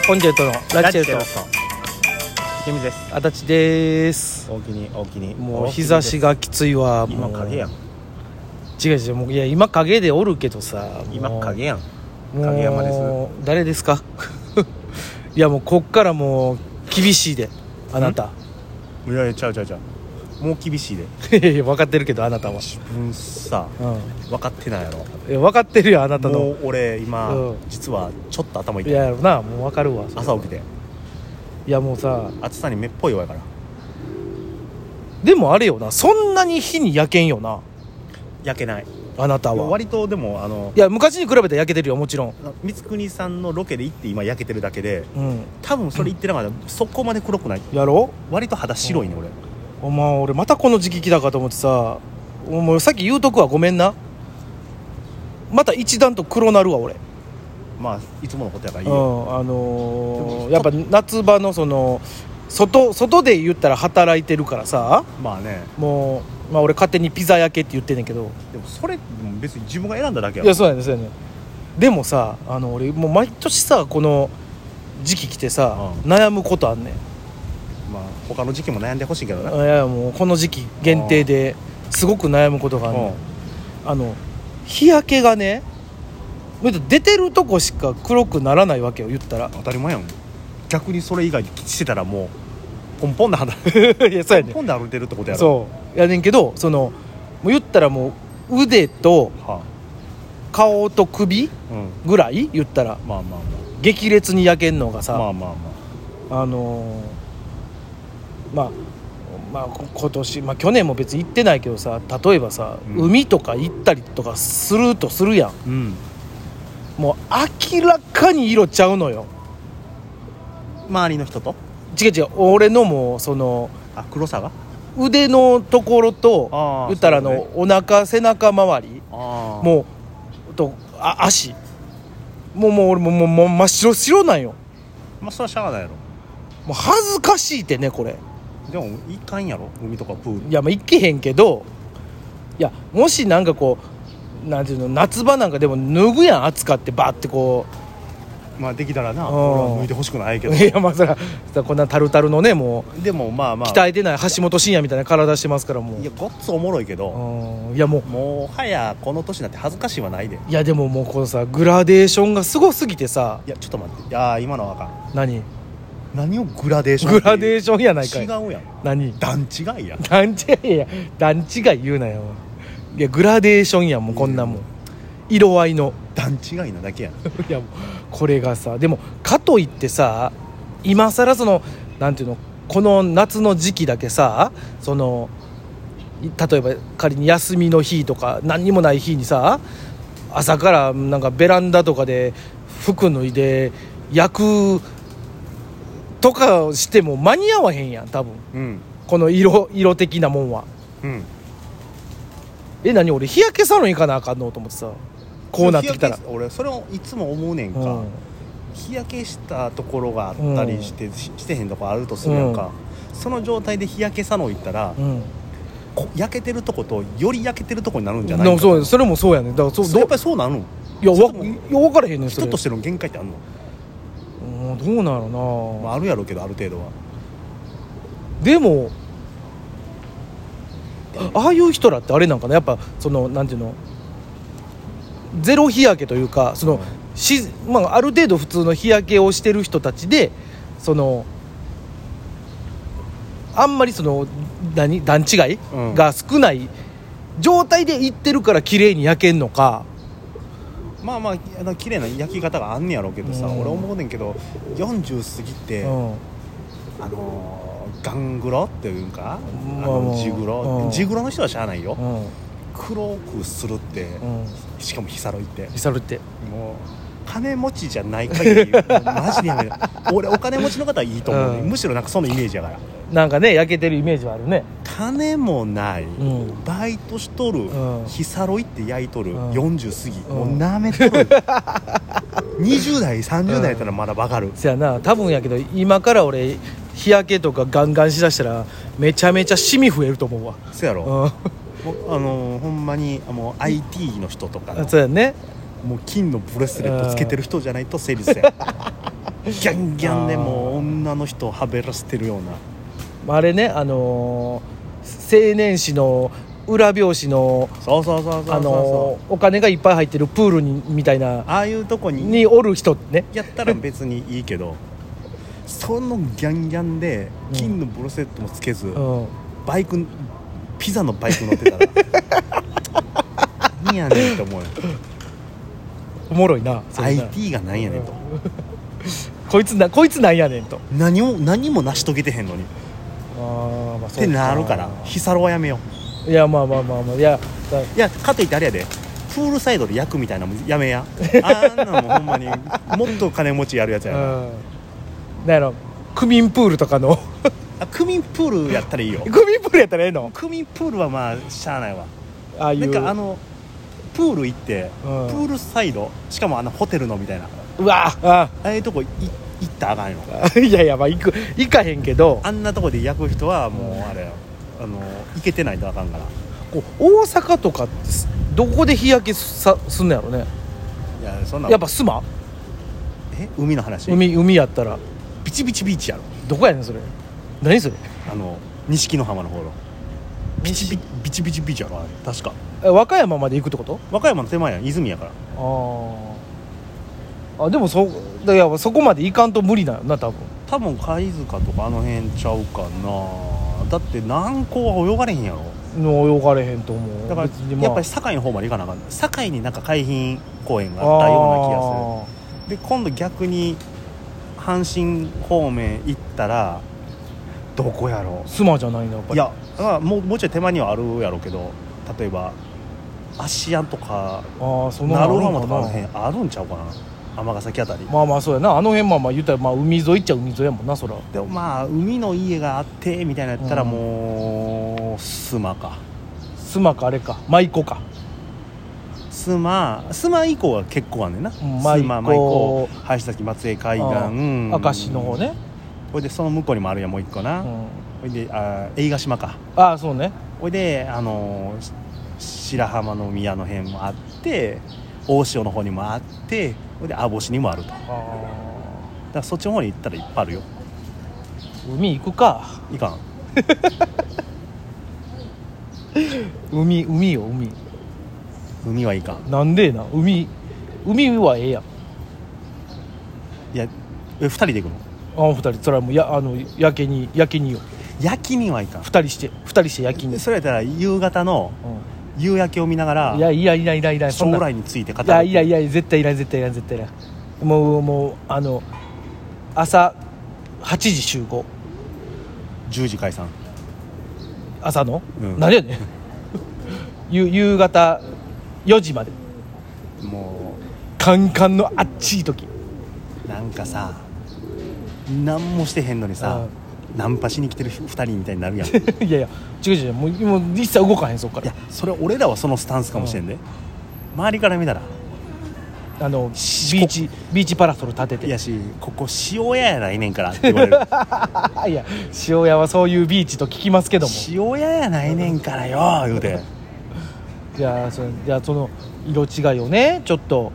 コンチェルトのラチェルト君です。 足立です。 大きにもう日差しがきついわ。 今影やん。 違うもういや今影でおるけどさ、 今影やん。 もう影山です。 誰ですかいやもうこっからもう厳しいであなた。 いやちゃうもう厳しいで。 いや分かってるけどあなたは自分さ、分かってないやろ。 いや分かってるよあなたの。 もう俺今、実はちょっと頭痛い。 いやなもう分かるわ。 朝起きていやもうさ暑さにめっぽいわやから。 でもあれよな、そんなに火に焼けんよな焼けないあなたは。 割とでもいや昔に比べて焼けてるよもちろん。 光國さんのロケで行って今焼けてるだけで、 うん多分それ言ってなかったら、そこまで黒くない。 やろ割と肌白いね、俺。 お前俺またこの時期来たかと思ってさ、もうさっき言うとくわ、ごめんな。また一段と黒なるわ俺。 まあいつものことやからいいよ。 やっぱ夏場のその外で言ったら働いてるからさ、 まあね、 もう、まあ、俺勝手にピザ焼けって言ってんねんけど。 でもそれ別に自分が選んだだけやろ。 いやそうやねそうやね。でもさ俺もう毎年さこの時期来てさ、悩むことあんねん。 まあ他の時期も悩んでほしいけどな。 いやもうこの時期限定ですごく悩むことがあるの。日焼けがね出てるとこしか黒くならないわけよ言ったら。 当たり前やん。逆にそれ以外してたらもうポンポンでいやそうやね。 ポンポンで歩いてるってことやろ。 そうやねんけど、そのもう言ったらもう腕と顔と首ぐらい言ったら、 まあ激烈に焼けんのがさ、まあ今年、まあ去年も別に行ってないけどさ、例えばさ、海とか行ったりとかするとするやん、もう明らかに色ちゃうのよ周りの人と。 違う俺のもうその黒さが腕のところと言ったらお腹背中周りもうと足もう俺もう真っ白なんよ。 まあそれはしゃあないやろ。 もう恥ずかしいってねこれ。 でもいかんやろ海とかプール。 いやまあ行けへんけど、いやもしなんかこうなんていうの夏場なんかでも脱ぐやん暑かってバーってこう。 まあできたらな、俺は脱いでほしくないけど。 いやまあそれはこんなタルタルのねもうでもまあ鍛えてない橋本真也みたいな体してますからもう。 いやごっつおもろいけど、 いやもうはやこの年になって恥ずかしいはないで。 いやでももうこのさグラデーションがすごすぎてさ。 いやちょっと待って、いや今のはあかん。何をグラデーション。 グラデーションやないかい。 違うやん。 何段違いやん。 段違い言うなよ。いやグラデーションやんもうこんなもん。色合いの段違いなだけやん。 いやもうこれがさ、でもかといってさ今更そのなんていうのこの夏の時期だけさ、その例えば仮に休みの日とか何にもない日にさ、朝からなんかベランダとかで服脱いで焼くとかしても間に合わへんやん多分、この色的なもんは。何俺日焼けサロン行かなあかんのと思ってさ、こうなってきたら。 俺それをいつも思うねんか、日焼けしたところがあったりして、してへんとこあるとするやんか、その状態で日焼けサロン行ったら、焼けてるとことより焼けてるとこになるんじゃないか。 そうそれもそうやねん。だからやっぱりそうなるの。 いや分からへんねん。 人としての限界ってあるの。 どうなのな、 あるやろうけどある程度は。 でもああいう人らってあれなんかな、やっぱそのなんていうのゼロ日焼けというか、その、まあ、ある程度普通の日焼けをしてる人たちで、そのあんまりその段違いが少ない状態でいってるから綺麗に焼けんのか。 まあ綺麗な焼き方があんねやろうけどさ、俺思うねんけど40過ぎて、ガングロっていうんか、ジグロの人はしゃあないよ、黒くするって、しかもヒサロイってもう金持ちじゃない限りマジでやめる。俺お金持ちの方はいいと思うね、むしろなんかそのイメージやから。 なんかね焼けてるイメージはあるね。 金もない、バイトしとる、ヒサロイって焼いとる、40過ぎ、もうなめとる20代30代やったらまだ分かる。 そやな、多分やけど今から俺日焼けとかガンガンしだしたらめちゃめちゃシミ増えると思うわ。 そやろ、ほんまにもう IT の人とかのそうやね、 もう金のブレスレットつけてる人じゃないと成立せんャンギャンでもう女の人をはべらせてるようなあれね青年誌の裏表紙のお金がいっぱい入ってるプールにみたいなああいうとこにおる人ねやったら別にいいけどそのギャンギャンで金のブロセットもつけず、バイクピザのバイク乗ってたら何やねんって思うよ。 おもろいな IT が何やねんとこいつなんやねんと何も成し遂げてへんのにってなるからヒサロはやめよう。いやまあいやかといってあれやでプールサイドで焼くみたいなのもやめやあんなのもほんまにもっと金持ちやるやつやな。 なんやろ区民プールとかの区民プールやったらいいよ。 区民プールやったらええの。 区民プールはまあしゃあないわ。 ああいうなんかプール行って、プールサイドしかもホテルのみたいなうわああいうとこ行ったらあかんよ。 いやまあ行かへんけどあんなとこで焼く人はもうあれ行けてないとあかんから。 こう大阪とかってどこで日焼けすんのやろね。 いやそんなやっぱスマ海の話海やったらビチビチビーチやろ。 どこやねんそれ。何それ。 錦の浜の方のビチビチビーチやろあれ確か。 和歌山まで行くってこと。 和歌山の手前やん泉やから。 でもそこまで行かんと無理だよな多分貝塚とかあの辺ちゃうかな。だって南港は泳がれへんやろ。 泳がれへんと思う。 だからやっぱり堺の方まで行かなあかん。堺になんか海浜公園があったような気がする。で今度逆に阪神方面行ったらどこやろ。 スマじゃないのやっぱり。 いやもうちょい手間にはあるやろうけど例えば芦屋とか鳴尾浜とかあの辺あるんちゃうかな。尼崎あたりまあそうやな。あの辺言ったら海沿いっちゃ海沿いやもんなそら。 でも海の家があってみたいなやったらもうスマかあれか舞妓か。 スマ以降は結構あんねんな。 舞妓林崎松江海岸明石の方ね。 ほいでその向こうにもあるやんもう一個な。ほいで映画島か。 そうね。 ほいで白浜の宮の辺もあって大潮の方にもあってほいで網干にもあると。だからそっちの方に行ったらいっぱいあるよ。 海行くか。 いかん海よ海はいかん。 なんでな。海はええやん。 いや2人で行くの。2人それはもう焼けによ。 焼きにはいかん。 2人して焼きに。 それやったら夕方の夕焼けを見ながらいらん将来について語る。 いや絶対いらん。もう朝8時集合 10時解散朝の、何やねん夕方4時までもうカンカンのあっちい時なんかさ何もしてへんのにさナンパしに来てる2人みたいになるやんいや違うもう一切動かへんそっから。 いやそれ俺らはそのスタンスかもしれんで、周りから見たらビーチパラソル立てていやしここ塩屋やないねんからって言われるいや塩屋はそういうビーチと聞きますけども塩屋やないねんからよ言うてじゃあその色違いをねちょっと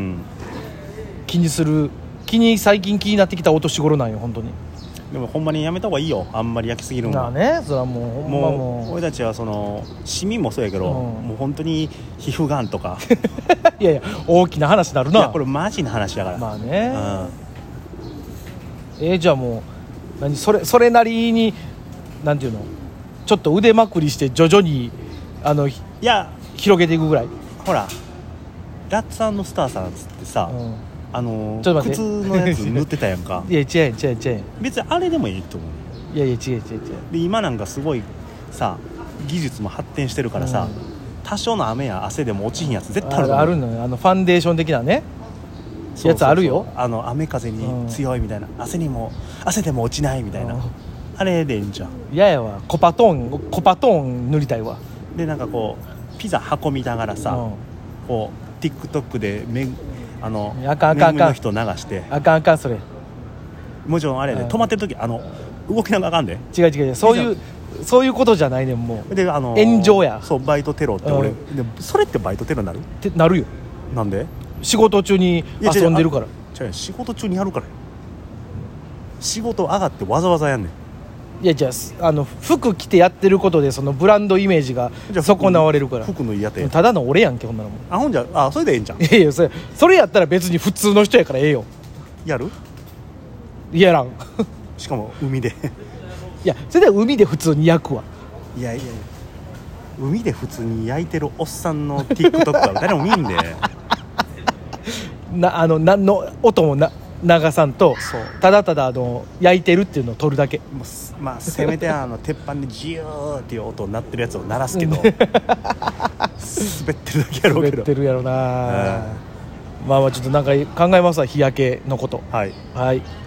最近気になってきたお年頃なんよ本当に。 でもほんまにやめた方がいいよあんまり焼きすぎるのは。 それはもう俺たちはシミもそうやけど、もう本当に皮膚がんとかいや大きな話になるな。 いやこれマジな話だからじゃあもうそれなりになんていうのちょっと腕まくりして徐々に広げていくぐらい。 ほらラッツ&スターさんっつってさ、 ちょっと待って靴のやつ塗ってたやんかいや違う別にあれでもいいと思う。 いや違うで今なんかすごいさ技術も発展してるからさ、多少の雨や汗でも落ちひんやつ絶対あるのよ。ファンデーション的なねやつあるよ。 雨風に強いみたいな、汗でも落ちないみたいな、あれでいいんじゃん。 嫌やわ。コパトーン塗りたいわ。 でなんかこうピザ運びながらさ、こう TikTok であかんの人流してあかんそれもちろんあれで、止まってる時動きながらあかんで。 違うそういうことじゃないねんもう。 で炎上や。 そうバイトテロって俺、でそれってバイトテロになるってなるよ。 なんで。 仕事中に遊んでるから。 仕事中にやるから。 仕事上がってわざわざやんねん。 いやじゃあ服着てやってることでそのブランドイメージが損なわれるから。 服の嫌てただの俺やんけほんならもう。 ほんじゃそれでええんちゃう。 いやいやそれやったら別に普通の人やからええよ。 やるやらんしかも海でいやそれでは海で普通に焼くわ。 いや海で普通に焼いてるおっさんの TikTok は誰も見んで何の音も流さんとただただ焼いてるっていうのを撮るだけ。 まあせめて鉄板でジューっていう音になってるやつを鳴らすけど滑ってるだけやろうけど。 滑ってるやろな、まあちょっとなんか考えますわ日焼けのこと。 はい、 はい。